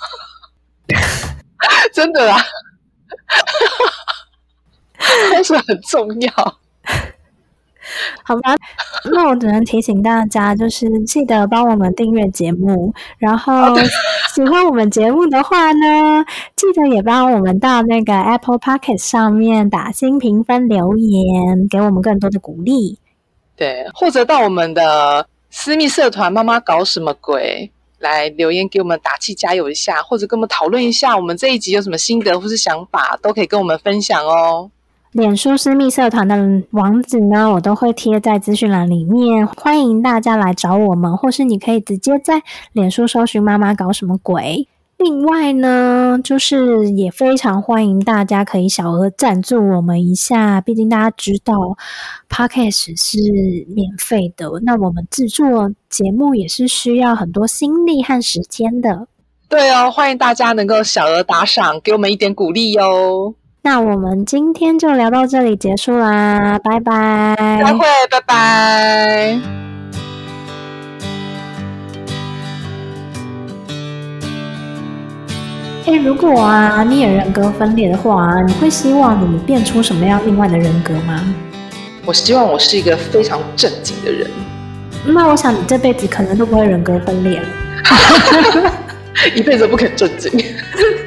真的啦喝水很重要好吧，那我只能提醒大家，就是记得帮我们订阅节目，然后喜欢我们节目的话呢，记得也帮我们到那个 Apple Podcast 上面打新评分留言，给我们更多的鼓励。 对，或者到我们的私密社团妈妈搞什么鬼来留言给我们打气加油一下，或者跟我们讨论一下我们这一集有什么心得或是想法，都可以跟我们分享哦。 脸书私密社团的网址呢，我都会贴在资讯栏里面，欢迎大家来找我们，或是你可以直接在脸书搜寻妈妈搞什么鬼。另外呢，就是也非常欢迎大家可以小额赞助我们一下，毕竟大家知道 Podcast 是免费的，那我们制作节目也是需要很多心力和时间的。 对哦，欢迎大家能够小额打赏，给我们一点鼓励哟。 那我们今天就聊到这里结束啦，拜拜。 再会，拜拜。 诶，如果啊你也人格分裂的话，你会希望你变出什么样另外的人格吗？ 我希望我是一个非常正经的人。 那我想你这辈子可能都不会人格分裂了。 一辈子不肯正经。